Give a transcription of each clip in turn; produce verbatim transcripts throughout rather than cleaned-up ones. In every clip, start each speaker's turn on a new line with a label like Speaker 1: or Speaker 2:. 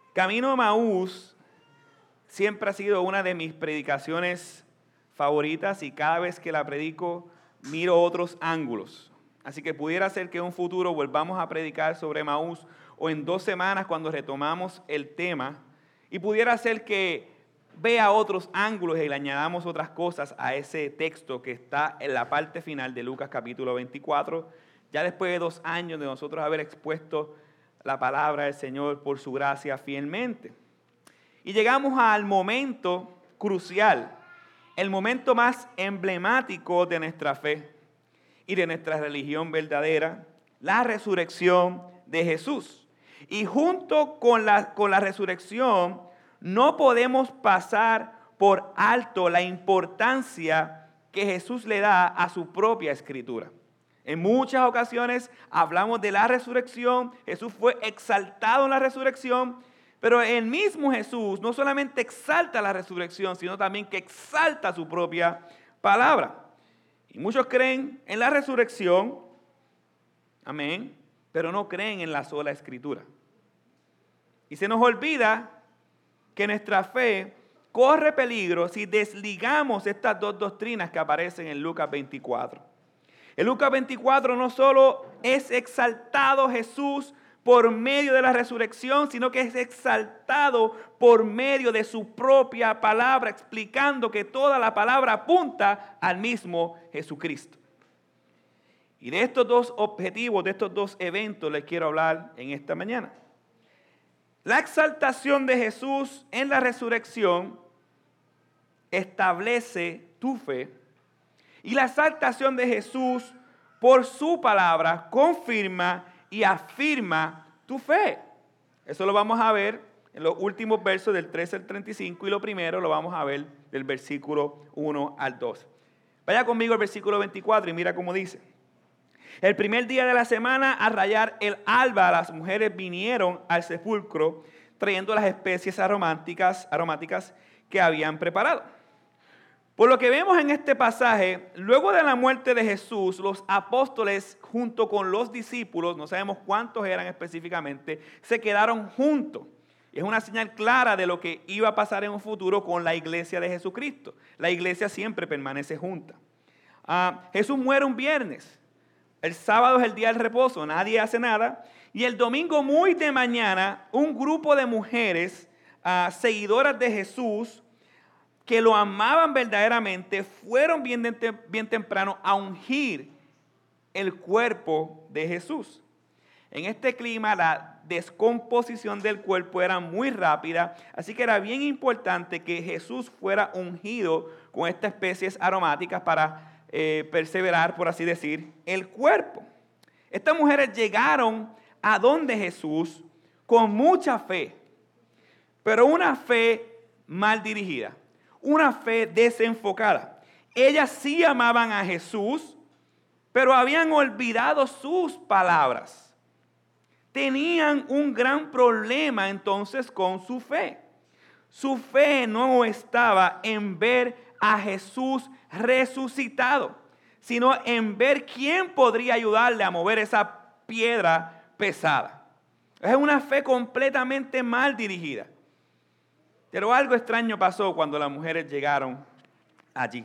Speaker 1: Camino a Emaús siempre ha sido una de mis predicaciones favoritas y cada vez que la predico miro otros ángulos. Así que pudiera ser que en un futuro volvamos a predicar sobre Emaús o en dos semanas cuando retomamos el tema y pudiera ser que vea otros ángulos y le añadamos otras cosas a ese texto que está en la parte final de Lucas capítulo veinticuatro, ya después de dos años de nosotros haber expuesto la palabra del Señor por su gracia fielmente. Y llegamos al momento crucial, el momento más emblemático de nuestra fe y de nuestra religión verdadera, la resurrección de Jesús. Y junto con la, con la resurrección, no podemos pasar por alto la importancia que Jesús le da a su propia escritura. En muchas ocasiones hablamos de la resurrección, Jesús fue exaltado en la resurrección, pero el mismo Jesús no solamente exalta la resurrección, sino también que exalta su propia palabra. Y muchos creen en la resurrección, amén, pero no creen en la sola escritura. Y se nos olvida que nuestra fe corre peligro si desligamos estas dos doctrinas que aparecen en Lucas veinticuatro. En Lucas veinticuatro no solo es exaltado Jesús por medio de la resurrección, sino que es exaltado por medio de su propia palabra, explicando que toda la palabra apunta al mismo Jesucristo. Y de estos dos objetivos, de estos dos eventos, les quiero hablar en esta mañana. La exaltación de Jesús en la resurrección establece tu fe. Y la exaltación de Jesús por su palabra confirma y afirma tu fe. Eso lo vamos a ver en los últimos versos del trece al treinta y cinco y lo primero lo vamos a ver del versículo uno al dos. Vaya conmigo al versículo veinticuatro y mira cómo dice. El primer día de la semana, al rayar el alba, las mujeres vinieron al sepulcro trayendo las especies aromáticas, aromáticas que habían preparado. Por lo que vemos en este pasaje, luego de la muerte de Jesús, los apóstoles junto con los discípulos, no sabemos cuántos eran específicamente, se quedaron juntos. Es una señal clara de lo que iba a pasar en un futuro con la iglesia de Jesucristo. La iglesia siempre permanece junta. Uh, Jesús muere un viernes. El sábado es el día del reposo, nadie hace nada. Y el domingo muy de mañana, un grupo de mujeres uh, seguidoras de Jesús, que lo amaban verdaderamente, fueron bien, de, bien temprano a ungir el cuerpo de Jesús. En este clima, la descomposición del cuerpo era muy rápida, así que era bien importante que Jesús fuera ungido con estas especies aromáticas para eh, perseverar, por así decir, el cuerpo. Estas mujeres llegaron a donde Jesús con mucha fe, pero una fe mal dirigida. Una fe desenfocada. Ellas sí amaban a Jesús, pero habían olvidado sus palabras. Tenían un gran problema entonces con su fe. Su fe no estaba en ver a Jesús resucitado, sino en ver quién podría ayudarle a mover esa piedra pesada. Es una fe completamente mal dirigida. Pero algo extraño pasó cuando las mujeres llegaron allí.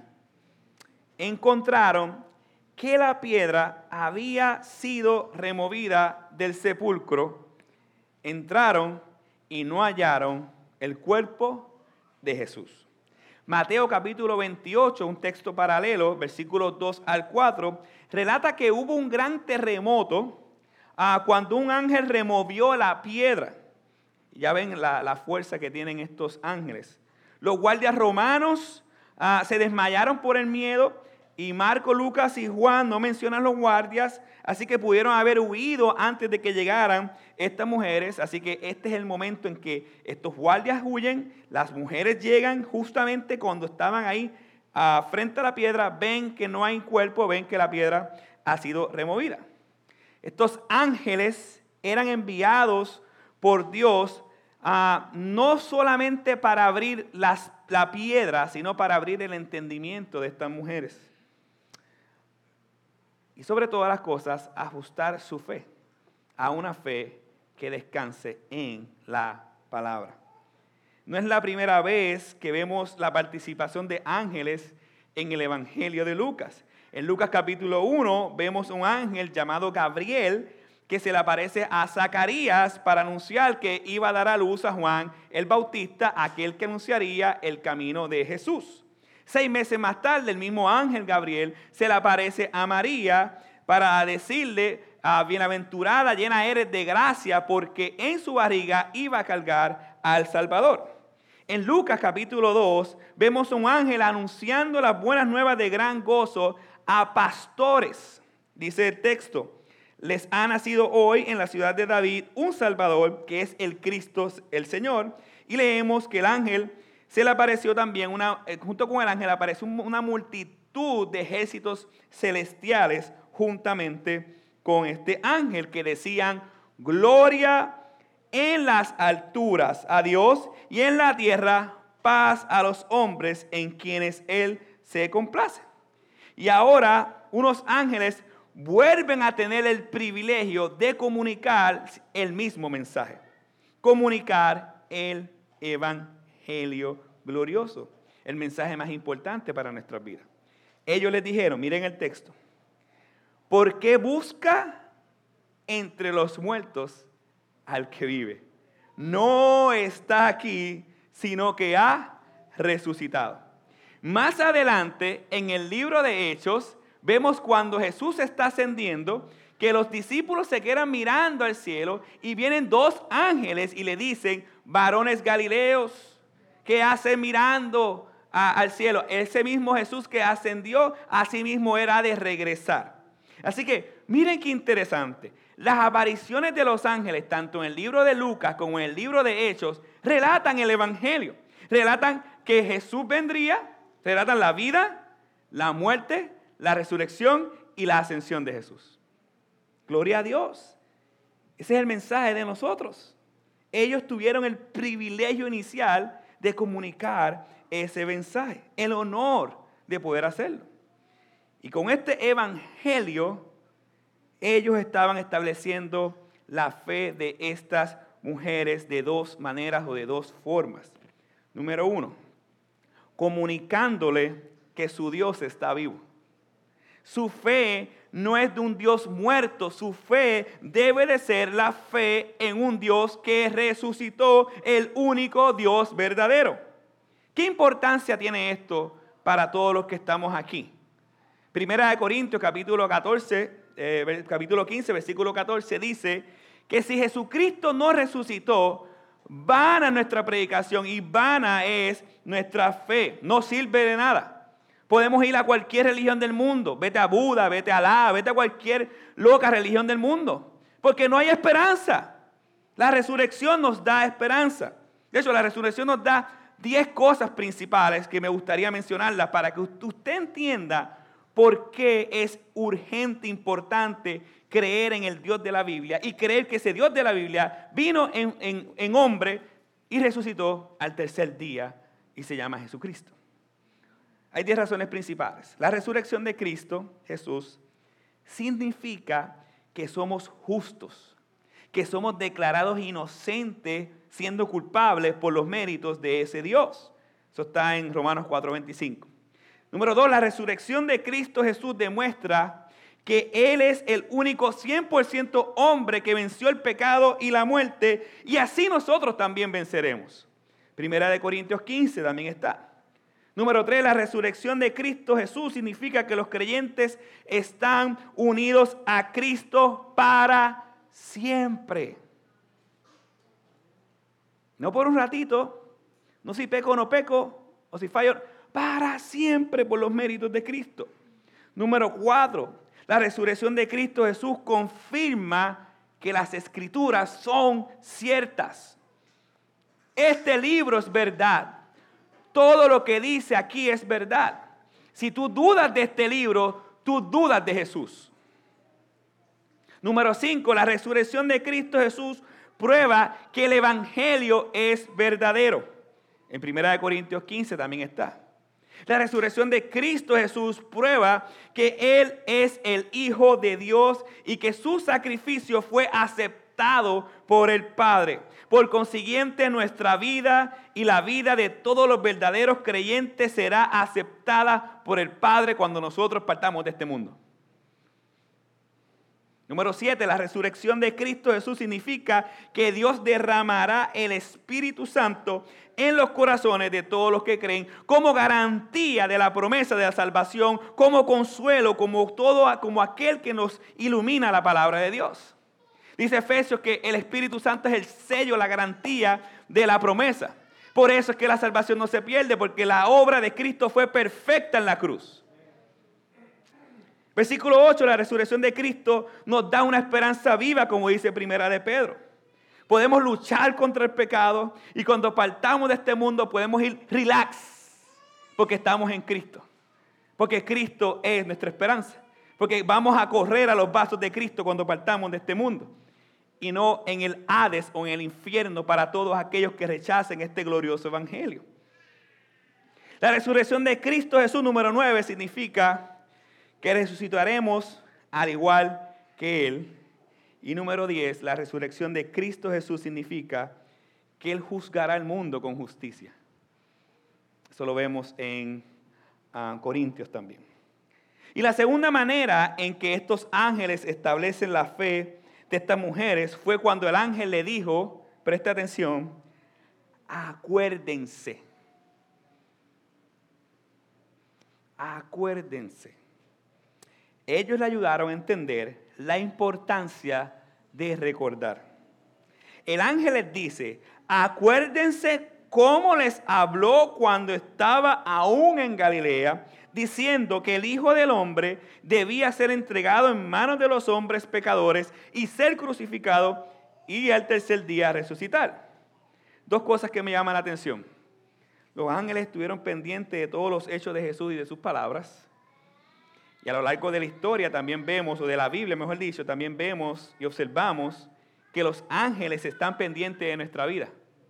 Speaker 1: Encontraron que la piedra había sido removida del sepulcro. Entraron y no hallaron el cuerpo de Jesús. Mateo capítulo veintiocho, un texto paralelo, versículos dos al cuatro, relata que hubo un gran terremoto ah, cuando un ángel removió la piedra. Ya ven la, la fuerza que tienen estos ángeles. Los guardias romanos ah, se desmayaron por el miedo y Marcos, Lucas y Juan no mencionan los guardias, así que pudieron haber huido antes de que llegaran estas mujeres. Así que este es el momento en que estos guardias huyen, las mujeres llegan justamente cuando estaban ahí ah, frente a la piedra, ven que no hay cuerpo, ven que la piedra ha sido removida. Estos ángeles eran enviados por Dios Uh, no solamente para abrir las, la piedra, sino para abrir el entendimiento de estas mujeres. Y sobre todas las cosas, ajustar su fe a una fe que descanse en la palabra. No es la primera vez que vemos la participación de ángeles en el Evangelio de Lucas. En Lucas capítulo uno vemos un ángel llamado Gabriel que se le aparece a Zacarías para anunciar que iba a dar a luz a Juan el Bautista, aquel que anunciaría el camino de Jesús. Seis meses más tarde, el mismo ángel Gabriel se le aparece a María para decirle, ah, bienaventurada, llena eres de gracia, porque en su barriga iba a cargar al Salvador. En Lucas capítulo dos vemos un ángel anunciando las buenas nuevas de gran gozo a pastores. Dice el texto, les ha nacido hoy en la ciudad de David un Salvador, que es el Cristo, el Señor. Y leemos que el ángel se le apareció también, una, junto con el ángel apareció una multitud de ejércitos celestiales juntamente con este ángel, que decían, gloria en las alturas a Dios y en la tierra paz a los hombres en quienes Él se complace. Y ahora unos ángeles vuelven a tener el privilegio de comunicar el mismo mensaje, comunicar el evangelio glorioso, el mensaje más importante para nuestras vidas. Ellos les dijeron, miren el texto, ¿por qué busca entre los muertos al que vive? No está aquí, sino que ha resucitado. Más adelante, en el libro de Hechos, vemos cuando Jesús está ascendiendo, que los discípulos se quedan mirando al cielo y vienen dos ángeles y le dicen, varones galileos, ¿qué hacen mirando a, al cielo? Ese mismo Jesús que ascendió, así mismo era de regresar. Así que miren qué interesante. Las apariciones de los ángeles, tanto en el libro de Lucas como en el libro de Hechos, relatan el evangelio. Relatan que Jesús vendría, relatan la vida, la muerte, la resurrección y la ascensión de Jesús. Gloria a Dios. Ese es el mensaje de nosotros. Ellos tuvieron el privilegio inicial de comunicar ese mensaje, el honor de poder hacerlo. Y con este evangelio, ellos estaban estableciendo la fe de estas mujeres de dos maneras o de dos formas. Número uno, comunicándole que su Dios está vivo. Su fe no es de un Dios muerto, su fe debe de ser la fe en un Dios que resucitó, el único Dios verdadero. ¿Qué importancia tiene esto para todos los que estamos aquí? Primera de Corintios, capítulo catorce, eh, capítulo quince, versículo catorce, dice que si Jesucristo no resucitó, vana es nuestra predicación y vana es nuestra fe. No sirve de nada. Podemos ir a cualquier religión del mundo. Vete a Buda, vete a Alá, vete a cualquier loca religión del mundo. Porque no hay esperanza. La resurrección nos da esperanza. De hecho, la resurrección nos da diez cosas principales que me gustaría mencionarlas para que usted entienda por qué es urgente, importante creer en el Dios de la Biblia y creer que ese Dios de la Biblia vino en, en, en hombre y resucitó al tercer día y se llama Jesucristo. Hay diez razones principales. La resurrección de Cristo, Jesús, significa que somos justos, que somos declarados inocentes siendo culpables por los méritos de ese Dios. Eso está en Romanos cuatro veinticinco. Número dos, la resurrección de Cristo Jesús demuestra que Él es el único cien por ciento hombre que venció el pecado y la muerte, y así nosotros también venceremos. Primera de Corintios quince también está. Número tres, la resurrección de Cristo Jesús significa que los creyentes están unidos a Cristo para siempre. No por un ratito, no si peco o no peco, o si fallo, para siempre por los méritos de Cristo. Número cuatro, la resurrección de Cristo Jesús confirma que las Escrituras son ciertas. Este libro es verdad. Todo lo que dice aquí es verdad. Si tú dudas de este libro, tú dudas de Jesús. Número cinco, la resurrección de Cristo Jesús prueba que el evangelio es verdadero. En Primera de Corintios quince también está. La resurrección de Cristo Jesús prueba que Él es el Hijo de Dios y que su sacrificio fue aceptado aceptado por el Padre. Por consiguiente, nuestra vida y la vida de todos los verdaderos creyentes será aceptada por el Padre cuando nosotros partamos de este mundo. Número siete, la resurrección de Cristo Jesús significa que Dios derramará el Espíritu Santo en los corazones de todos los que creen como garantía de la promesa de la salvación, como consuelo, como todo, como aquel que nos ilumina la palabra de Dios. Dice Efesios que el Espíritu Santo es el sello, la garantía de la promesa. Por eso es que la salvación no se pierde, porque la obra de Cristo fue perfecta en la cruz. Versículo ocho, la resurrección de Cristo nos da una esperanza viva, como dice Primera de Pedro. Podemos luchar contra el pecado y cuando partamos de este mundo podemos ir relax, porque estamos en Cristo. Porque Cristo es nuestra esperanza. Porque vamos a correr a los brazos de Cristo cuando partamos de este mundo. Y no en el Hades o en el infierno para todos aquellos que rechacen este glorioso evangelio. La resurrección de Cristo Jesús, número nueve, significa que resucitaremos al igual que Él. Y número diez, la resurrección de Cristo Jesús significa que Él juzgará el mundo con justicia. Eso lo vemos en uh, Corintios también. Y la segunda manera en que estos ángeles establecen la fe de estas mujeres fue cuando el ángel le dijo, presta atención, acuérdense. Acuérdense. Ellos le ayudaron a entender la importancia de recordar. El ángel les dice, acuérdense cómo les habló cuando estaba aún en Galilea, diciendo que el Hijo del Hombre debía ser entregado en manos de los hombres pecadores y ser crucificado y al tercer día resucitar. Dos cosas que me llaman la atención. Los ángeles estuvieron pendientes de todos los hechos de Jesús y de sus palabras. Y a lo largo de la historia también vemos, o de la Biblia mejor dicho, también vemos y observamos que los ángeles están pendientes de nuestra vida.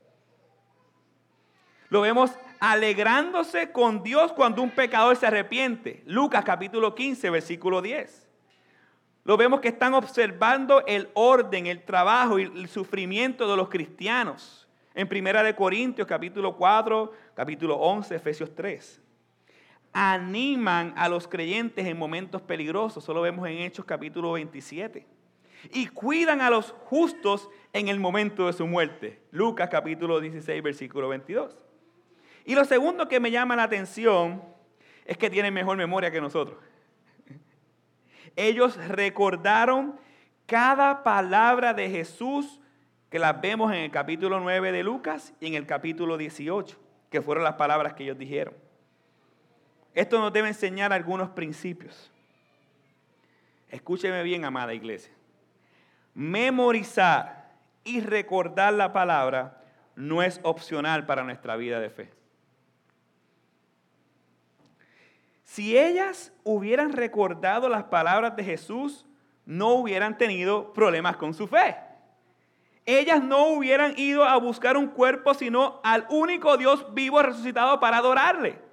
Speaker 1: Lo vemos alegrándose con Dios cuando un pecador se arrepiente. Lucas capítulo quince, versículo diez. Lo vemos que están observando el orden, el trabajo y el sufrimiento de los cristianos. En Primera de Corintios capítulo cuatro, capítulo once, Efesios tres. Animan a los creyentes en momentos peligrosos. Eso lo vemos en Hechos capítulo veintisiete. Y cuidan a los justos en el momento de su muerte. Lucas capítulo dieciséis, versículo veintidós. Y lo segundo que me llama la atención es que tienen mejor memoria que nosotros. Ellos recordaron cada palabra de Jesús que las vemos en el capítulo nueve de Lucas y en el capítulo dieciocho, que fueron las palabras que ellos dijeron. Esto nos debe enseñar algunos principios. Escúcheme bien, amada iglesia. Memorizar y recordar la palabra no es opcional para nuestra vida de fe. Si ellas hubieran recordado las palabras de Jesús, no hubieran tenido problemas con su fe. Ellas no hubieran ido a buscar un cuerpo, sino al único Dios vivo resucitado para adorarle.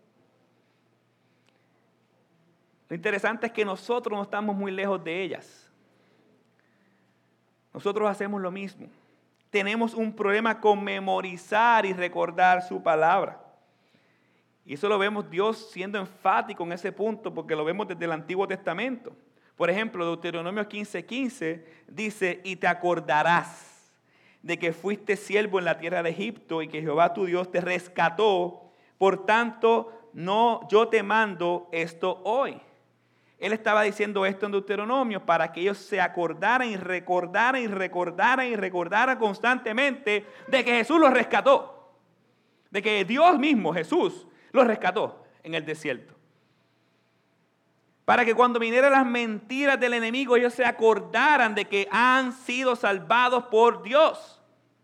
Speaker 1: Lo interesante es que nosotros no estamos muy lejos de ellas. Nosotros hacemos lo mismo. Tenemos un problema con memorizar y recordar su palabra. Y eso lo vemos Dios siendo enfático en ese punto porque lo vemos desde el Antiguo Testamento. Por ejemplo, Deuteronomio quince quince dice, y te acordarás de que fuiste siervo en la tierra de Egipto y que Jehová tu Dios te rescató. Por tanto, no, yo te mando esto hoy. Él estaba diciendo esto en Deuteronomio para que ellos se acordaran y recordaran y recordaran y recordaran constantemente de que Jesús los rescató. De que Dios mismo, Jesús, los rescató en el desierto. Para que cuando vinieran las mentiras del enemigo, ellos se acordaran de que han sido salvados por Dios.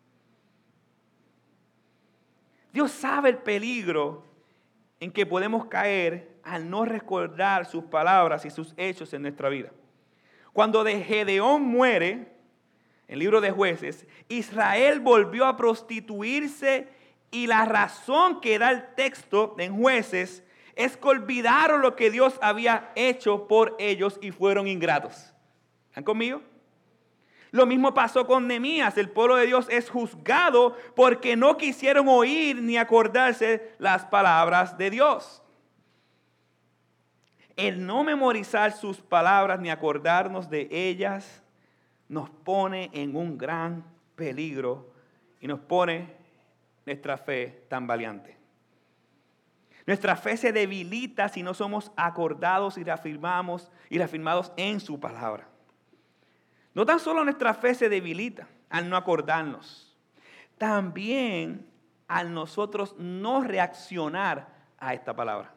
Speaker 1: Dios sabe el peligro en que podemos caer al no recordar sus palabras y sus hechos en nuestra vida. Cuando de Gedeón muere, en el libro de Jueces, Israel volvió a prostituirse y la razón que da el texto en Jueces es que olvidaron lo que Dios había hecho por ellos y fueron ingratos. ¿Están conmigo? Lo mismo pasó con Nehemías. El pueblo de Dios es juzgado porque no quisieron oír ni acordarse las palabras de Dios. El no memorizar sus palabras ni acordarnos de ellas nos pone en un gran peligro y nos pone nuestra fe tambaleante. Nuestra fe se debilita si no somos acordados y reafirmamos y reafirmados en su palabra. No tan solo nuestra fe se debilita al no acordarnos, también al nosotros no reaccionar a esta palabra.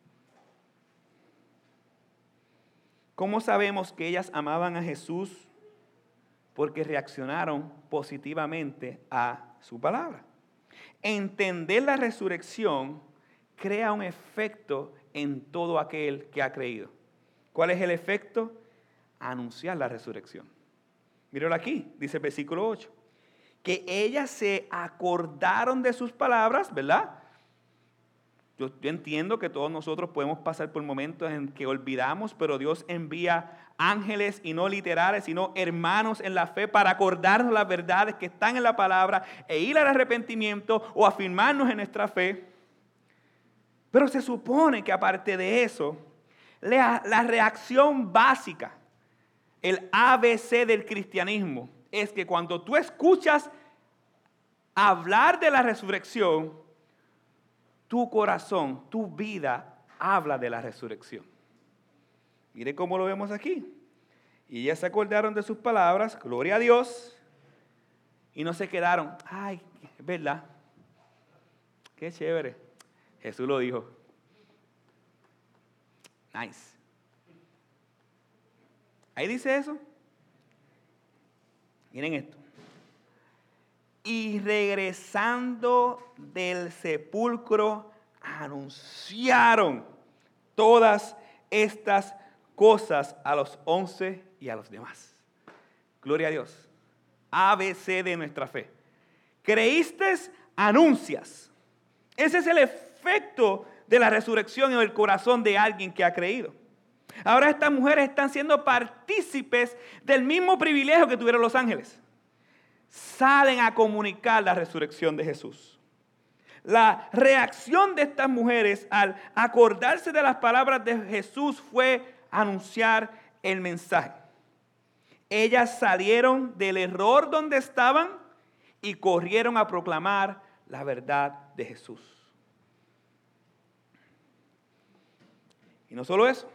Speaker 1: ¿Cómo sabemos que ellas amaban a Jesús? Porque reaccionaron positivamente a su palabra. Entender la resurrección crea un efecto en todo aquel que ha creído. ¿Cuál es el efecto? Anunciar la resurrección. Míralo aquí, dice el versículo ocho. Que ellas se acordaron de sus palabras, ¿verdad? Yo, yo entiendo que todos nosotros podemos pasar por momentos en que olvidamos, pero Dios envía ángeles y no literales, sino hermanos en la fe para acordarnos las verdades que están en la palabra e ir al arrepentimiento o afirmarnos en nuestra fe. Pero se supone que aparte de eso, la, la reacción básica, el A B C del cristianismo, es que cuando tú escuchas hablar de la resurrección, tu corazón, tu vida habla de la resurrección. Mire cómo lo vemos aquí. Y ellas se acordaron de sus palabras, gloria a Dios, y no se quedaron, ay, es verdad, qué chévere. Jesús lo dijo. Nice. Ahí dice eso. Miren esto. Y regresando del sepulcro, anunciaron todas estas cosas a los once y a los demás. Gloria a Dios. A B C de nuestra fe. Creíste, anuncias. Ese es el efecto de la resurrección en el corazón de alguien que ha creído. Ahora estas mujeres están siendo partícipes del mismo privilegio que tuvieron los ángeles. Salen a comunicar la resurrección de Jesús. La reacción de estas mujeres al acordarse de las palabras de Jesús fue anunciar el mensaje. Ellas salieron del error donde estaban y corrieron a proclamar la verdad de Jesús. Y no solo eso,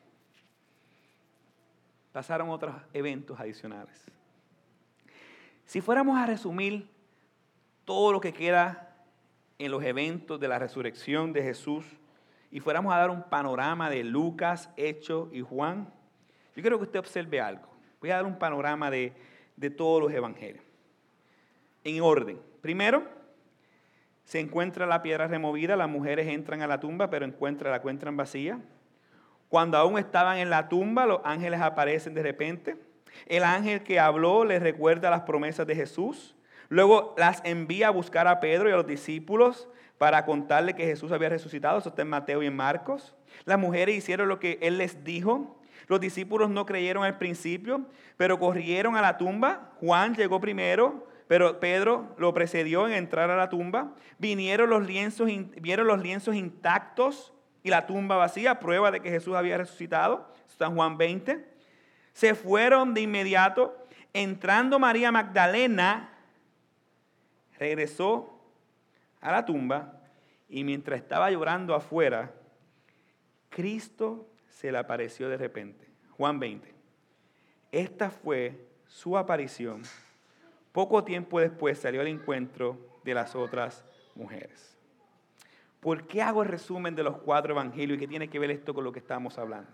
Speaker 1: pasaron otros eventos adicionales. Si fuéramos a resumir todo lo que queda en los eventos de la resurrección de Jesús y fuéramos a dar un panorama de Lucas, Hechos y Juan, yo quiero que usted observe algo. Voy a dar un panorama de, de todos los evangelios. En orden. Primero, se encuentra la piedra removida, las mujeres entran a la tumba, pero encuentran, la encuentran vacía. Cuando aún estaban en la tumba, los ángeles aparecen de repente. El ángel que habló les recuerda las promesas de Jesús. Luego las envía a buscar a Pedro y a los discípulos para contarle que Jesús había resucitado. Eso está en Mateo y en Marcos. Las mujeres hicieron lo que él les dijo. Los discípulos no creyeron al principio, pero corrieron a la tumba. Juan llegó primero, pero Pedro lo precedió en entrar a la tumba. Vinieron los lienzos, vieron los lienzos intactos y la tumba vacía, prueba de que Jesús había resucitado. Está en Juan veinte. Se fueron de inmediato. Entrando María Magdalena, regresó a la tumba y mientras estaba llorando afuera, Cristo se le apareció de repente. Juan veinte. Esta fue su aparición. Poco tiempo después salió al encuentro de las otras mujeres. ¿Por qué hago el resumen de los cuatro evangelios y qué tiene que ver esto con lo que estamos hablando?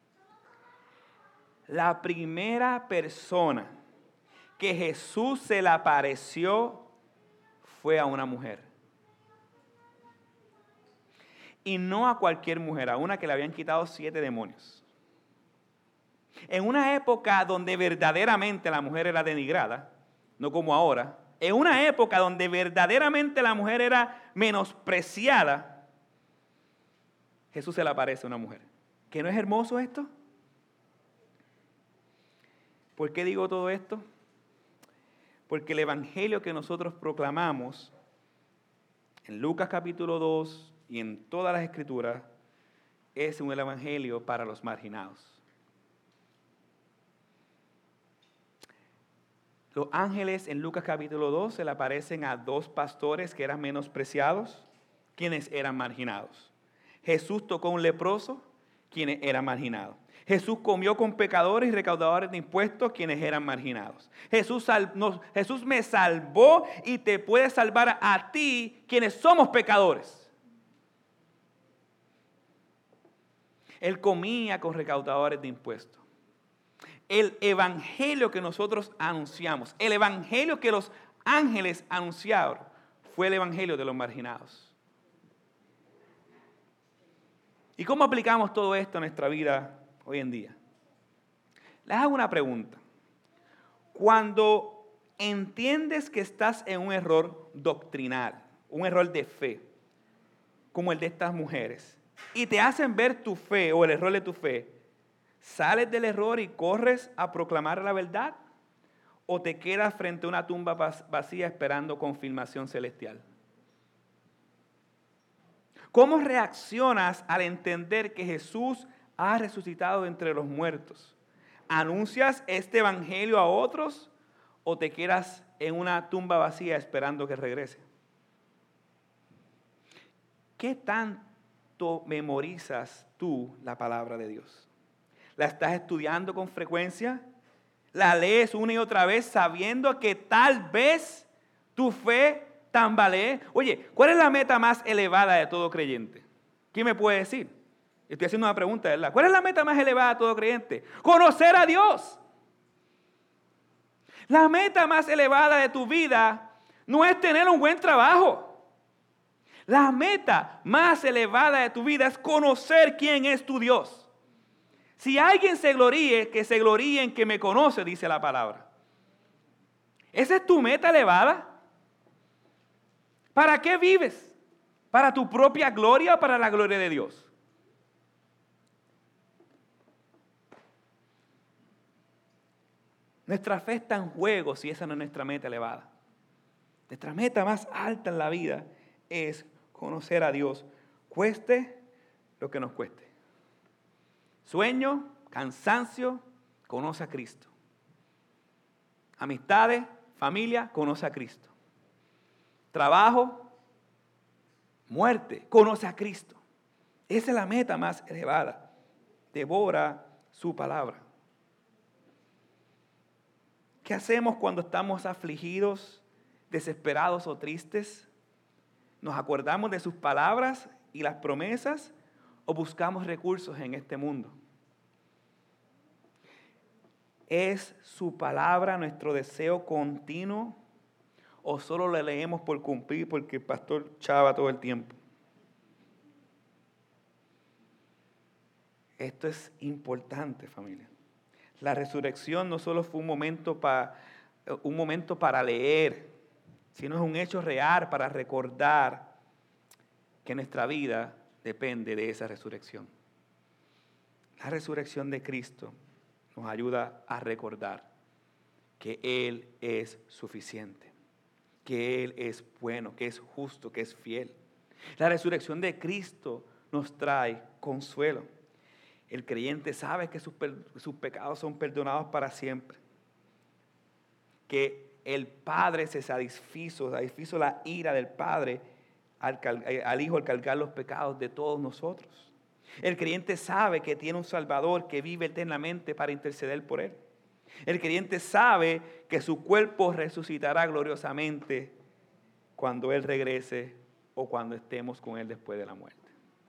Speaker 1: La primera persona que Jesús se le apareció fue a una mujer. Y no a cualquier mujer, a una que le habían quitado siete demonios. En una época donde verdaderamente la mujer era denigrada, no como ahora, en una época donde verdaderamente la mujer era menospreciada, Jesús se le aparece a una mujer. ¿Que no es hermoso esto? ¿Por qué digo todo esto? porque el evangelio que nosotros proclamamos en Lucas capítulo dos y en todas las escrituras es un evangelio para los marginados. Los ángeles en Lucas capítulo dos se le aparecen a dos pastores que eran menospreciados, quienes eran marginados. Jesús tocó a un leproso, quienes eran marginados. Jesús comió con pecadores y recaudadores de impuestos, quienes eran marginados. Jesús, sal, nos, Jesús me salvó y te puede salvar a ti, quienes somos pecadores. Él comía con recaudadores de impuestos. El evangelio que nosotros anunciamos, el evangelio que los ángeles anunciaron, fue el evangelio de los marginados. ¿Y cómo aplicamos todo esto a nuestra vida hoy en día? Les hago una pregunta. Cuando entiendes que estás en un error doctrinal, un error de fe, como el de estas mujeres, y te hacen ver tu fe o el error de tu fe, ¿sales del error y corres a proclamar la verdad? ¿O te quedas frente a una tumba vacía esperando confirmación celestial? ¿Cómo reaccionas al entender que Jesús ha resucitado entre los muertos? ¿Anuncias este evangelio a otros o te quedas en una tumba vacía esperando que regrese? ¿Qué tanto memorizas tú la palabra de Dios? ¿La estás estudiando con frecuencia? ¿La lees una y otra vez sabiendo que tal vez tu fe tambalee? Oye, ¿cuál es la meta más elevada de todo creyente? ¿Quién me puede decir? Estoy haciendo una pregunta, ¿verdad? ¿Cuál es la meta más elevada de todo creyente? Conocer a Dios. La meta más elevada de tu vida no es tener un buen trabajo. La meta más elevada de tu vida es conocer quién es tu Dios. Si alguien se gloríe, que se gloríe en que me conoce, dice la palabra. ¿Esa es tu meta elevada? ¿Para qué vives? ¿Para tu propia gloria o para la gloria de Dios? Nuestra fe está en juego si esa no es nuestra meta elevada. Nuestra meta más alta en la vida es conocer a Dios, cueste lo que nos cueste. Sueño, cansancio, conoce a Cristo. Amistades, familia, conoce a Cristo. Trabajo, muerte, conoce a Cristo. Esa es la meta más elevada. Devora su palabra. ¿Qué hacemos cuando estamos afligidos, desesperados o tristes? ¿Nos acordamos de sus palabras y las promesas o buscamos recursos en este mundo? ¿Es su palabra nuestro deseo continuo o solo la leemos por cumplir porque el pastor chava todo el tiempo? Esto es importante, familia. La resurrección no solo fue un momento, pa, un momento para leer, sino es un hecho real para recordar que nuestra vida depende de esa resurrección. La resurrección de Cristo nos ayuda a recordar que Él es suficiente, que Él es bueno, que es justo, que es fiel. La resurrección de Cristo nos trae consuelo. El creyente sabe que sus, sus pecados son perdonados para siempre, que el Padre se satisfizo, satisfizo la ira del Padre al, al Hijo al cargar los pecados de todos nosotros. El creyente sabe que tiene un Salvador que vive eternamente para interceder por él. El creyente sabe que su cuerpo resucitará gloriosamente cuando Él regrese o cuando estemos con Él después de la muerte.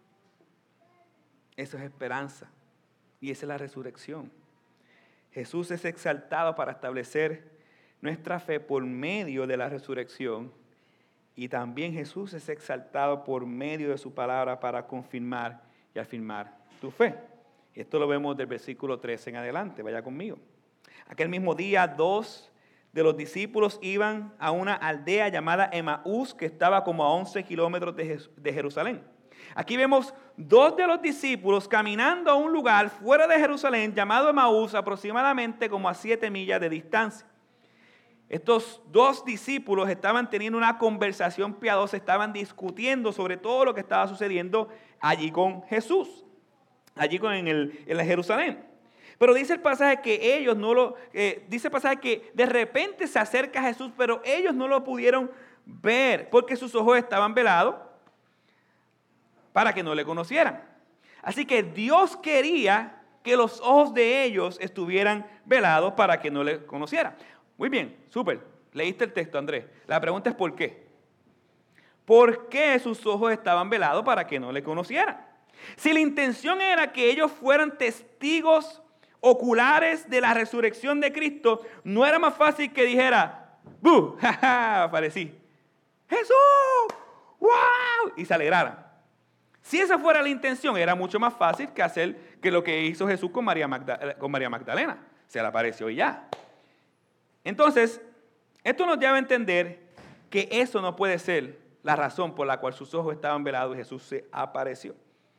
Speaker 1: Eso es esperanza y esa es la resurrección. Jesús es exaltado para establecer nuestra fe por medio de la resurrección y también Jesús es exaltado por medio de su palabra para confirmar y afirmar tu fe. Esto lo vemos del versículo trece en adelante. Vaya conmigo. Aquel mismo día, dos de los discípulos iban a una aldea llamada Emaús, que estaba como a once kilómetros de Jerusalén. Aquí vemos dos de los discípulos caminando a un lugar fuera de Jerusalén llamado Emaús, aproximadamente como a siete millas de distancia. Estos dos discípulos estaban teniendo una conversación piadosa, estaban discutiendo sobre todo lo que estaba sucediendo allí con Jesús, allí con en, el, en la Jerusalén. Pero dice el pasaje que ellos no lo, eh, dice el pasaje que de repente se acerca a Jesús, pero ellos no lo pudieron ver porque sus ojos estaban velados para que no le conocieran. Así que Dios quería que los ojos de ellos estuvieran velados para que no le conocieran. Muy bien, súper. Leíste el texto, Andrés. La pregunta es ¿por qué? ¿Por qué sus ojos estaban velados para que no le conocieran? Si la intención era que ellos fueran testigos oculares de la resurrección de Cristo, no era más fácil que dijera, ¡buh! ¡Ja, ja! Aparecí. ¡Jesús! ¡Wow! Y se alegraran. Si esa fuera la intención, era mucho más fácil que hacer que lo que hizo Jesús con María Magdalena. Con María Magdalena. Se le apareció y ya. Entonces, esto nos lleva a entender que eso no puede ser la razón por la cual sus ojos estaban velados y Jesús se apareció.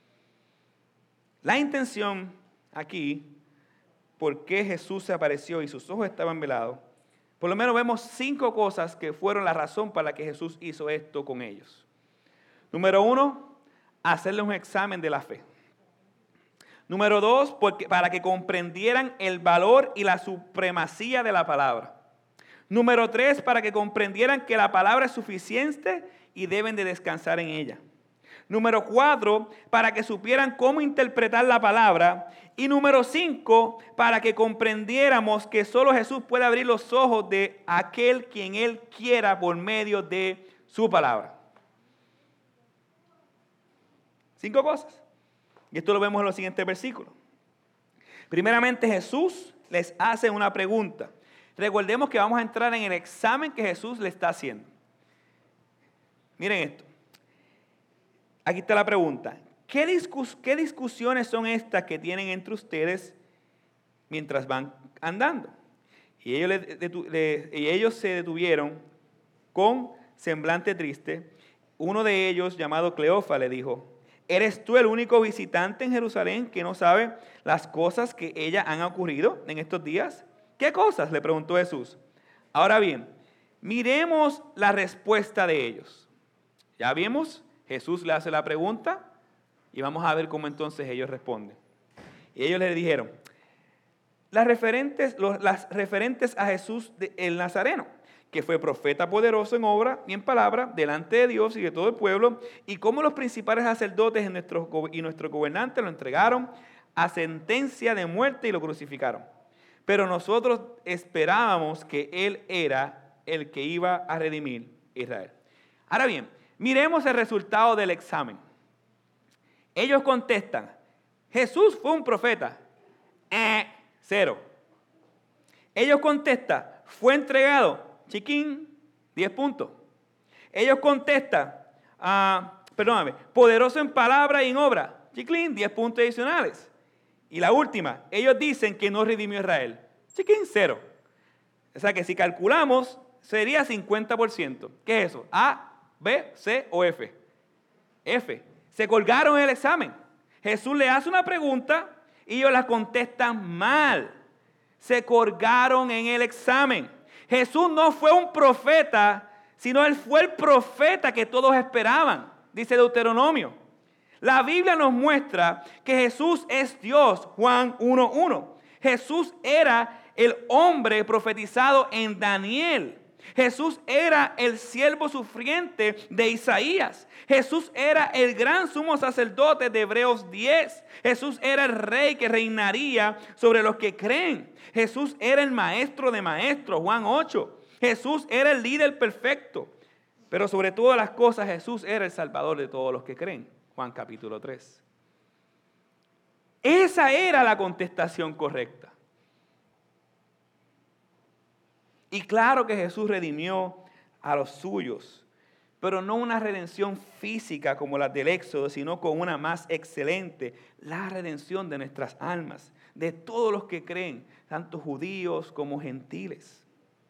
Speaker 1: La intención aquí, por qué Jesús se apareció y sus ojos estaban velados, por lo menos vemos cinco cosas que fueron la razón para la que Jesús hizo esto con ellos. Número uno, hacerle un examen de la fe. Número dos, porque, para que comprendieran el valor y la supremacía de la palabra. Número tres, para que comprendieran que la palabra es suficiente y deben de descansar en ella. Número cuatro, para que supieran cómo interpretar la palabra. Y número cinco, para que comprendiéramos que solo Jesús puede abrir los ojos de aquel quien Él quiera por medio de su palabra. Cinco cosas. Y esto lo vemos en los siguientes versículos. Primeramente, Jesús les hace una pregunta. Recordemos que vamos a entrar en el examen que Jesús le está haciendo. Miren esto. Aquí está la pregunta. ¿Qué, discus- ¿Qué discusiones son estas que tienen entre ustedes mientras van andando? Y ellos, le, detu- le, y ellos se detuvieron con semblante triste. Uno de ellos, llamado Cleofa, le dijo, ¿eres tú el único visitante en Jerusalén que no sabe las cosas que ella han ocurrido en estos días? ¿Qué cosas?, le preguntó Jesús. Ahora bien, miremos la respuesta de ellos. Ya vimos, Jesús le hace la pregunta y vamos a ver cómo entonces ellos responden. Y ellos le dijeron, las referentes, los, las referentes a Jesús de, el Nazareno, que fue profeta poderoso en obra y en palabra, delante de Dios y de todo el pueblo, y cómo los principales sacerdotes y nuestros, y nuestros gobernantes lo entregaron a sentencia de muerte y lo crucificaron. Pero nosotros esperábamos que Él era el que iba a redimir Israel. Ahora bien, miremos el resultado del examen. Ellos contestan, Jesús fue un profeta. Eh, cero. Ellos contestan, fue entregado. Chiquín, diez puntos. Ellos contestan, uh, perdóname, poderoso en palabra y en obra. Chiquín, diez puntos adicionales. Y la última, ellos dicen que no redimió a Israel. Chiquín, cero. O sea que si calculamos, sería cincuenta por ciento. ¿Qué es eso? A, B, C o F. F. Se colgaron en el examen. Jesús le hace una pregunta y ellos la contestan mal. Se colgaron en el examen. Jesús no fue un profeta, sino Él fue el profeta que todos esperaban, dice Deuteronomio. La Biblia nos muestra que Jesús es Dios, Juan uno uno. Jesús era el hombre profetizado en Daniel. Jesús era el siervo sufriente de Isaías. Jesús era el gran sumo sacerdote de Hebreos diez. Jesús era el rey que reinaría sobre los que creen. Jesús era el maestro de maestros, Juan ocho. Jesús era el líder perfecto. Pero sobre todas las cosas, Jesús era el salvador de todos los que creen, Juan capítulo tres. Esa era la contestación correcta. Y claro que Jesús redimió a los suyos, pero no una redención física como la del Éxodo, sino con una más excelente, la redención de nuestras almas, de todos los que creen, tanto judíos como gentiles.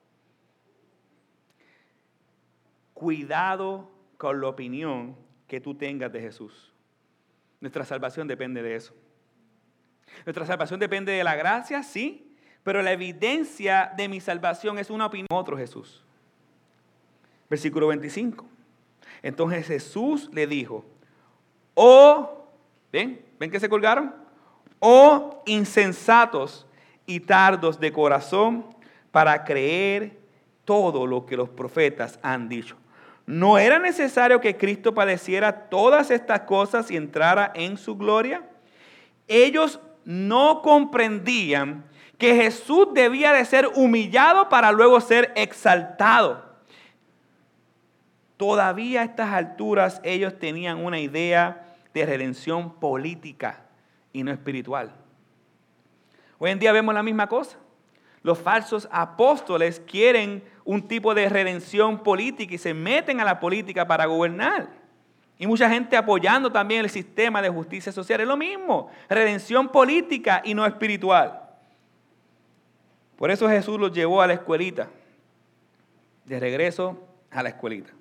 Speaker 1: Cuidado con la opinión que tú tengas de Jesús. Nuestra salvación depende de eso. Nuestra salvación depende de la gracia, sí, pero la evidencia de mi salvación es una opinión de otro Jesús. Versículo veinticinco. Entonces Jesús le dijo, oh, ¿ven? ¿Ven que se colgaron? Oh, insensatos y tardos de corazón para creer todo lo que los profetas han dicho. ¿No era necesario que Cristo padeciera todas estas cosas y entrara en su gloria? Ellos no comprendían que Jesús debía de ser humillado para luego ser exaltado. Todavía a estas alturas ellos tenían una idea de redención política y no espiritual. Hoy en día vemos la misma cosa. Los falsos apóstoles quieren un tipo de redención política y se meten a la política para gobernar. Y mucha gente apoyando también el sistema de justicia social. Es lo mismo, redención política y no espiritual. Por eso Jesús los llevó a la escuelita, de regreso a la escuelita.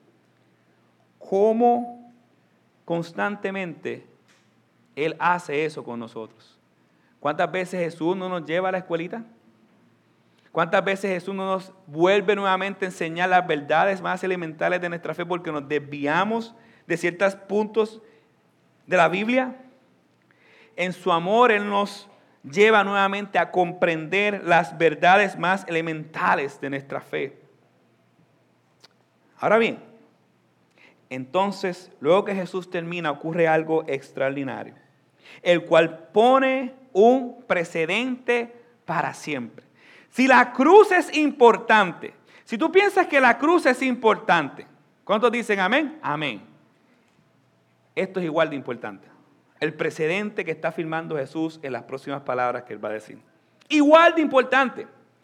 Speaker 1: ¿Cómo constantemente Él hace eso con nosotros? ¿Cuántas veces Jesús no nos lleva a la escuelita? ¿Cuántas veces Jesús no nos vuelve nuevamente a enseñar las verdades más elementales de nuestra fe porque nos desviamos de ciertos puntos de la Biblia? En su amor Él nos lleva nuevamente a comprender las verdades más elementales de nuestra fe. Ahora bien, entonces, luego que Jesús termina, ocurre algo extraordinario, el cual pone un precedente para siempre. Si la cruz es importante, si tú piensas que la cruz es importante, ¿cuántos dicen amén? Amén. Esto es igual de importante. El precedente que está firmando Jesús en las próximas palabras que Él va a decir. Igual de importante.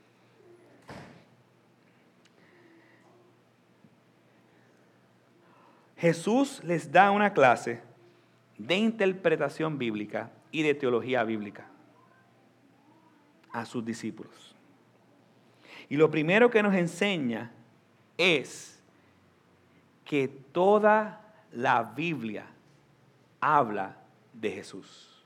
Speaker 1: Jesús les da una clase de interpretación bíblica y de teología bíblica a sus discípulos. Y lo primero que nos enseña es que toda la Biblia habla de Jesús.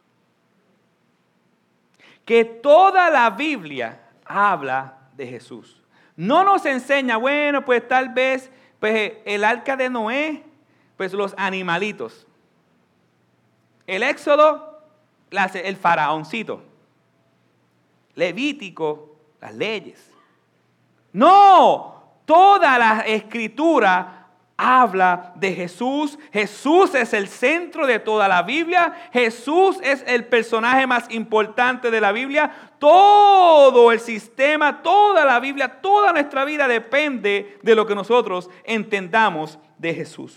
Speaker 1: Que toda la Biblia habla de Jesús. No nos enseña, bueno, pues tal vez pues, el arca de Noé, pues los animalitos. El Éxodo, el faraoncito. Levítico, las leyes. No, toda la escritura habla de Jesús. Jesús es el centro de toda la Biblia. Jesús es el personaje más importante de la Biblia. Todo el sistema, toda la Biblia, toda nuestra vida depende de lo que nosotros entendamos de Jesús.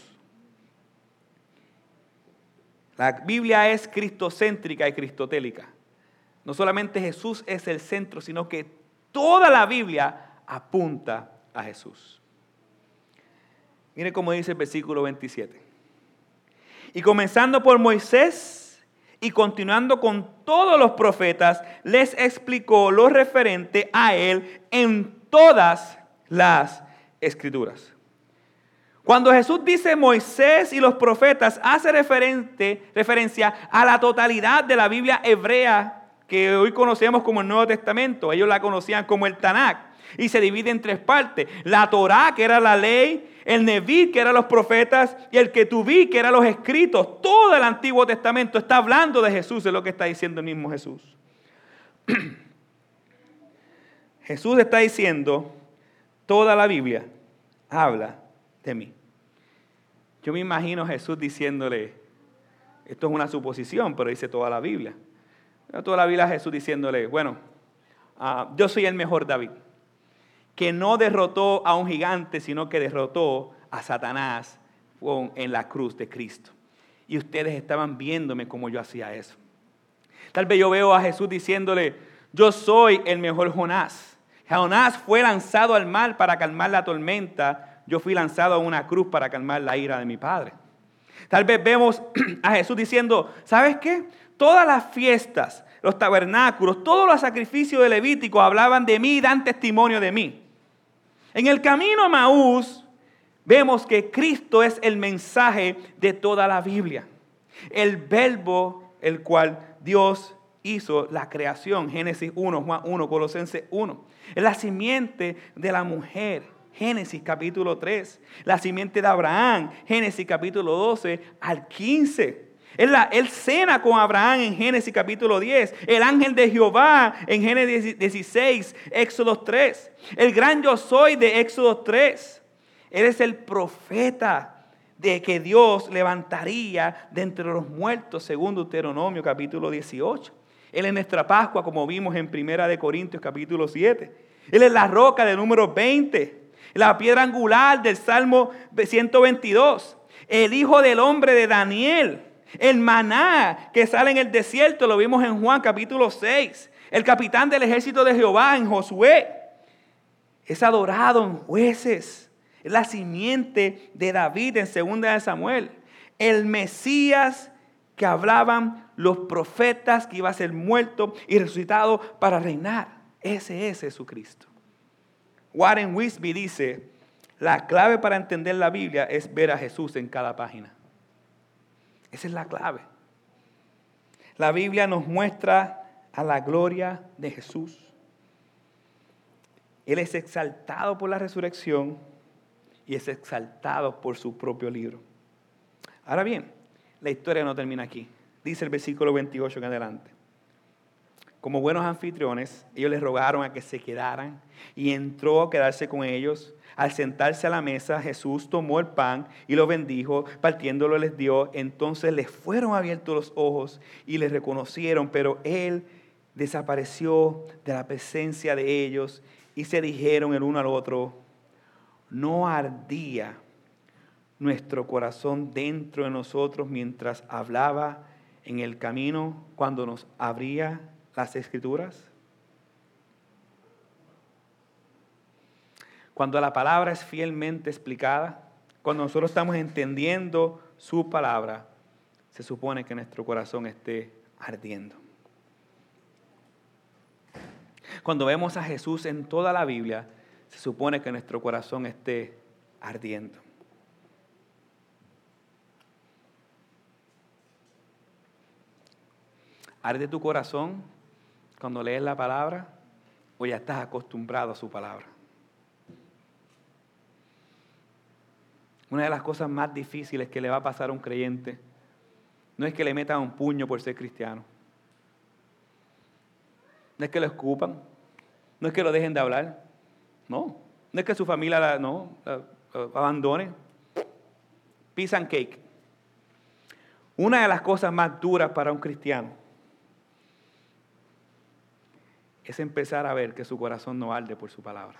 Speaker 1: La Biblia es cristocéntrica y cristotélica. No solamente Jesús es el centro, sino que toda la Biblia apunta a Jesús. Mire cómo dice el versículo veintisiete. Y comenzando por Moisés y continuando con todos los profetas, les explicó lo referente a él en todas las escrituras. Cuando Jesús dice Moisés y los profetas, hace referente, referencia a la totalidad de la Biblia hebrea que hoy conocemos como el Nuevo Testamento. Ellos la conocían como el Tanakh y se divide en tres partes. La Torá, que era la ley, el Neví, que eran los profetas, y el Ketubí, que eran los escritos. Todo el Antiguo Testamento está hablando de Jesús, es lo que está diciendo el mismo Jesús. Jesús está diciendo, toda la Biblia habla de mí. Yo me imagino a Jesús diciéndole, esto es una suposición, pero dice toda la Biblia. Toda la Biblia Jesús diciéndole, bueno, uh, yo soy el mejor David, que no derrotó a un gigante, sino que derrotó a Satanás en la cruz de Cristo. Y ustedes estaban viéndome como yo hacía eso. Tal vez yo veo a Jesús diciéndole, yo soy el mejor Jonás. Jonás fue lanzado al mar para calmar la tormenta. Yo fui lanzado a una cruz para calmar la ira de mi Padre. Tal vez vemos a Jesús diciendo, ¿sabes qué? Todas las fiestas, los tabernáculos, todos los sacrificios de Levítico hablaban de mí y dan testimonio de mí. En el camino a Maús vemos que Cristo es el mensaje de toda la Biblia. El verbo el cual Dios hizo la creación, Génesis uno, Juan uno, Colosenses uno. Es la simiente de la mujer, Génesis capítulo tres. La simiente de Abraham, Génesis capítulo doce al quince. Él, la, él cena con Abraham en Génesis capítulo diez. El ángel de Jehová en Génesis dieciséis, Éxodo tres. El gran yo soy de Éxodo tres. Él es el profeta de que Dios levantaría de entre los muertos, según Deuteronomio capítulo dieciocho. Él es nuestra Pascua, como vimos en Primera de Corintios capítulo siete. Él es la roca de número veinte. La piedra angular del Salmo ciento veintidós. El Hijo del Hombre de Daniel. El maná que sale en el desierto, lo vimos en Juan capítulo seis. El capitán del ejército de Jehová en Josué. Es adorado en Jueces. Es la simiente de David en Segunda de Samuel. El Mesías que hablaban los profetas, que iba a ser muerto y resucitado para reinar. Ese es Jesucristo. Warren Wiersbe dice, la clave para entender la Biblia es ver a Jesús en cada página. Esa es la clave. La Biblia nos muestra a la gloria de Jesús. Él es exaltado por la resurrección y es exaltado por su propio libro. Ahora bien, la historia no termina aquí. Dice el versículo veintiocho en adelante. Como buenos anfitriones, ellos les rogaron a que se quedaran y entró a quedarse con ellos. Al sentarse a la mesa, Jesús tomó el pan y lo bendijo, partiéndolo les dio. Entonces les fueron abiertos los ojos y les reconocieron, pero él desapareció de la presencia de ellos y se dijeron el uno al otro, ¿no ardía nuestro corazón dentro de nosotros mientras hablaba en el camino cuando nos abría las Escrituras? Cuando la palabra es fielmente explicada, cuando nosotros estamos entendiendo su palabra, se supone que nuestro corazón esté ardiendo. Cuando vemos a Jesús en toda la Biblia, se supone que nuestro corazón esté ardiendo. ¿Arde tu corazón cuando lees la palabra o ya estás acostumbrado a su palabra? Una de las cosas más difíciles que le va a pasar a un creyente no es que le metan un puño por ser cristiano. No es que lo escupan. No es que lo dejen de hablar. No. No es que su familia la, no, la, la abandone. Peace and cake. Una de las cosas más duras para un cristiano es empezar a ver que su corazón no arde por su palabra.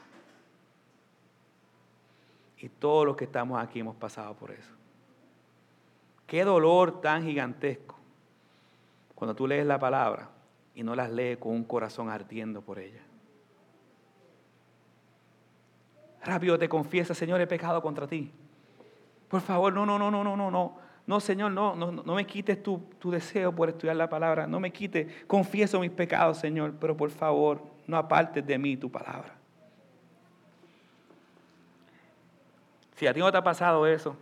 Speaker 1: Y todos los que estamos aquí hemos pasado por eso. Qué dolor tan gigantesco cuando tú lees la palabra y no las lees con un corazón ardiendo por ella. Rápido te confiesa, Señor, he pecado contra ti. Por favor, no, no, no, no, no, no, no. No, Señor, no, no, no me quites tu, tu deseo por estudiar la palabra. No me quites, confieso mis pecados, Señor, pero por favor, no apartes de mí tu palabra. Si a ti no te ha pasado eso,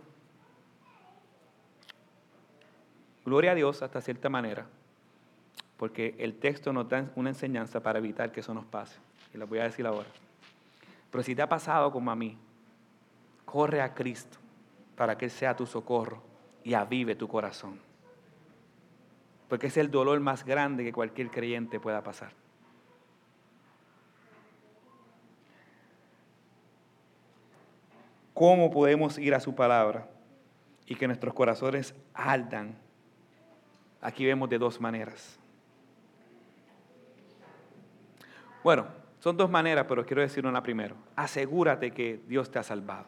Speaker 1: gloria a Dios hasta cierta manera, porque el texto nos da una enseñanza para evitar que eso nos pase. Y la voy a decir ahora. Pero si te ha pasado como a mí, corre a Cristo para que Él sea tu socorro y avive tu corazón. Porque es el dolor más grande que cualquier creyente pueda pasar. ¿Cómo podemos ir a su palabra y que nuestros corazones ardan? Aquí vemos de dos maneras. Bueno, son dos maneras, pero quiero decir una primero. Asegúrate que Dios te ha salvado.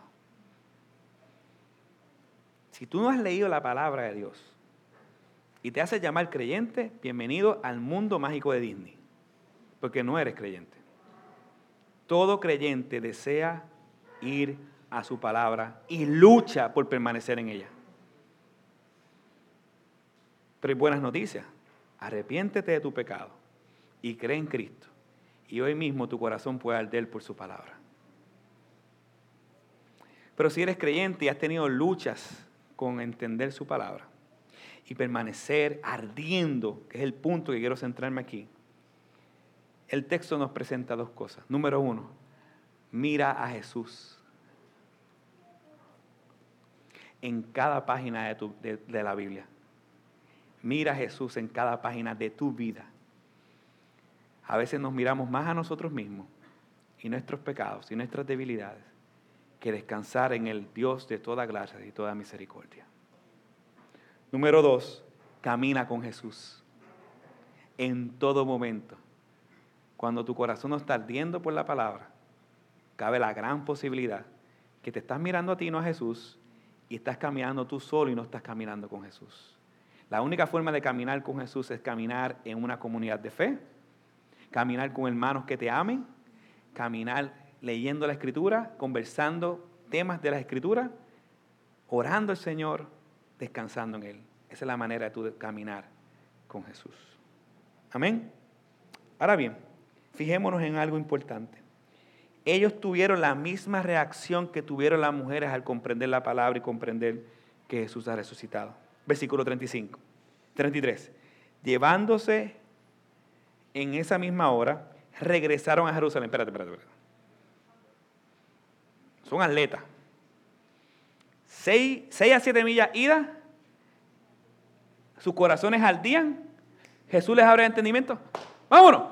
Speaker 1: Si tú no has leído la palabra de Dios y te haces llamar creyente, bienvenido al mundo mágico de Disney, porque no eres creyente. Todo creyente desea ir a su palabra y lucha por permanecer en ella. Pero hay buenas noticias. Arrepiéntete de tu pecado y cree en Cristo. Y hoy mismo tu corazón puede arder por su palabra. Pero si eres creyente y has tenido luchas con entender su palabra, y permanecer ardiendo, que es el punto que quiero centrarme aquí, el texto nos presenta dos cosas. Número uno, mira a Jesús en cada página de, tu, de, de la Biblia. Mira a Jesús en cada página de tu vida. A veces nos miramos más a nosotros mismos y nuestros pecados y nuestras debilidades que descansar en el Dios de toda gracia y toda misericordia. Número dos, camina con Jesús en todo momento. Cuando tu corazón no está ardiendo por la palabra, cabe la gran posibilidad que te estás mirando a ti, no a Jesús, y estás caminando tú solo y no estás caminando con Jesús. La única forma de caminar con Jesús es caminar en una comunidad de fe, caminar con hermanos que te amen, caminar leyendo la Escritura, conversando temas de la Escritura, orando al Señor, descansando en Él. Esa es la manera de tú caminar con Jesús. Amén. Ahora bien, fijémonos en algo importante. Ellos tuvieron la misma reacción que tuvieron las mujeres al comprender la palabra y comprender que Jesús ha resucitado. Versículo treinta y cinco, treinta y tres. Llevándose en esa misma hora, regresaron a Jerusalén. Espérate, espérate, espérate. Son atletas. Seis, seis a siete millas ida. Sus corazones ardían. Jesús les abre el entendimiento. ¡Vámonos!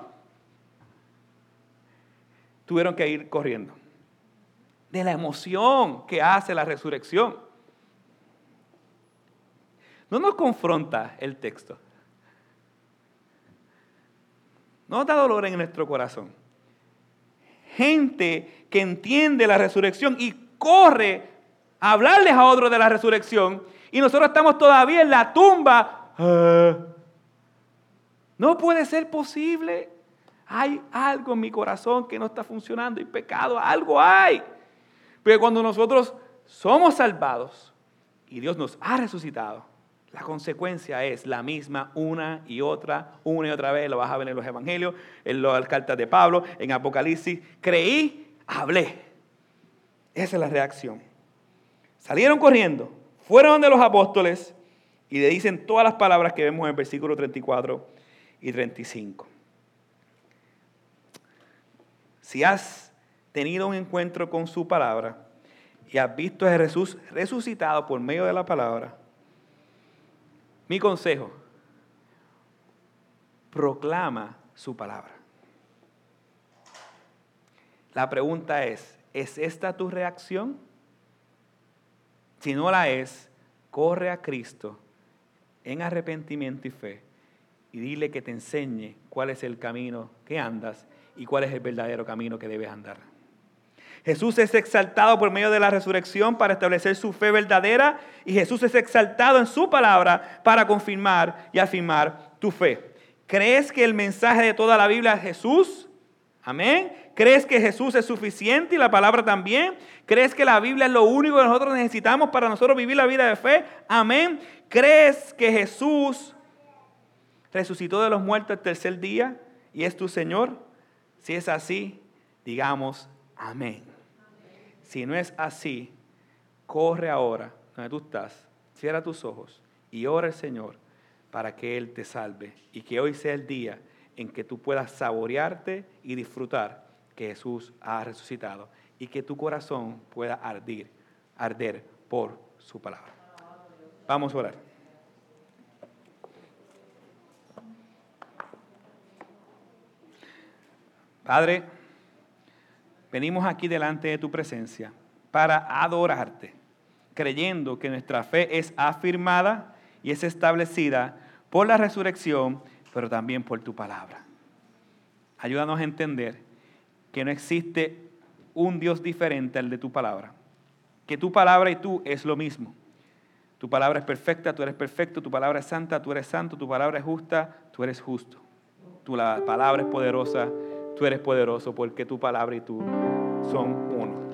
Speaker 1: Tuvieron que ir corriendo. De la emoción que hace la resurrección. No nos confronta el texto. No nos da dolor en nuestro corazón. Gente que entiende la resurrección y corre a hablarles a otros de la resurrección y nosotros estamos todavía en la tumba. Uh, no puede ser posible. Hay algo en mi corazón que no está funcionando y pecado, algo hay. Pero cuando nosotros somos salvados y Dios nos ha resucitado, la consecuencia es la misma una y otra, una y otra vez. Lo vas a ver en los evangelios, en las cartas de Pablo, en Apocalipsis. Creí, hablé. Esa es la reacción. Salieron corriendo, fueron donde los apóstoles y le dicen todas las palabras que vemos en el versículo treinta y cuatro y treinta y cinco. Si has tenido un encuentro con su palabra y has visto a Jesús resucitado por medio de la palabra, mi consejo, proclama su palabra. La pregunta es, ¿es esta tu reacción? Si no la es, corre a Cristo en arrepentimiento y fe y dile que te enseñe cuál es el camino que andas y cuál es el verdadero camino que debes andar. Jesús es exaltado por medio de la resurrección para establecer su fe verdadera y Jesús es exaltado en su palabra para confirmar y afirmar tu fe. ¿Crees que el mensaje de toda la Biblia es Jesús? Amén. ¿Crees que Jesús es suficiente y la palabra también? ¿Crees que la Biblia es lo único que nosotros necesitamos para nosotros vivir la vida de fe? Amén. ¿Crees que Jesús resucitó de los muertos el tercer día y es tu Señor? Si es así, digamos amén. Si no es así, corre ahora donde tú estás, cierra tus ojos y ora al Señor para que Él te salve y que hoy sea el día en que tú puedas saborearte y disfrutar que Jesús ha resucitado y que tu corazón pueda arder, arder por su palabra. Vamos a orar. Padre, venimos aquí delante de tu presencia para adorarte, creyendo que nuestra fe es afirmada y es establecida por la resurrección, pero también por tu palabra. Ayúdanos a entender que no existe un Dios diferente al de tu palabra, que tu palabra y tú es lo mismo. Tu palabra es perfecta, tú eres perfecto, tu palabra es santa, tú eres santo, tu palabra es justa, tú eres justo. Tu palabra es poderosa, tú eres poderoso, porque tu palabra y tú son uno.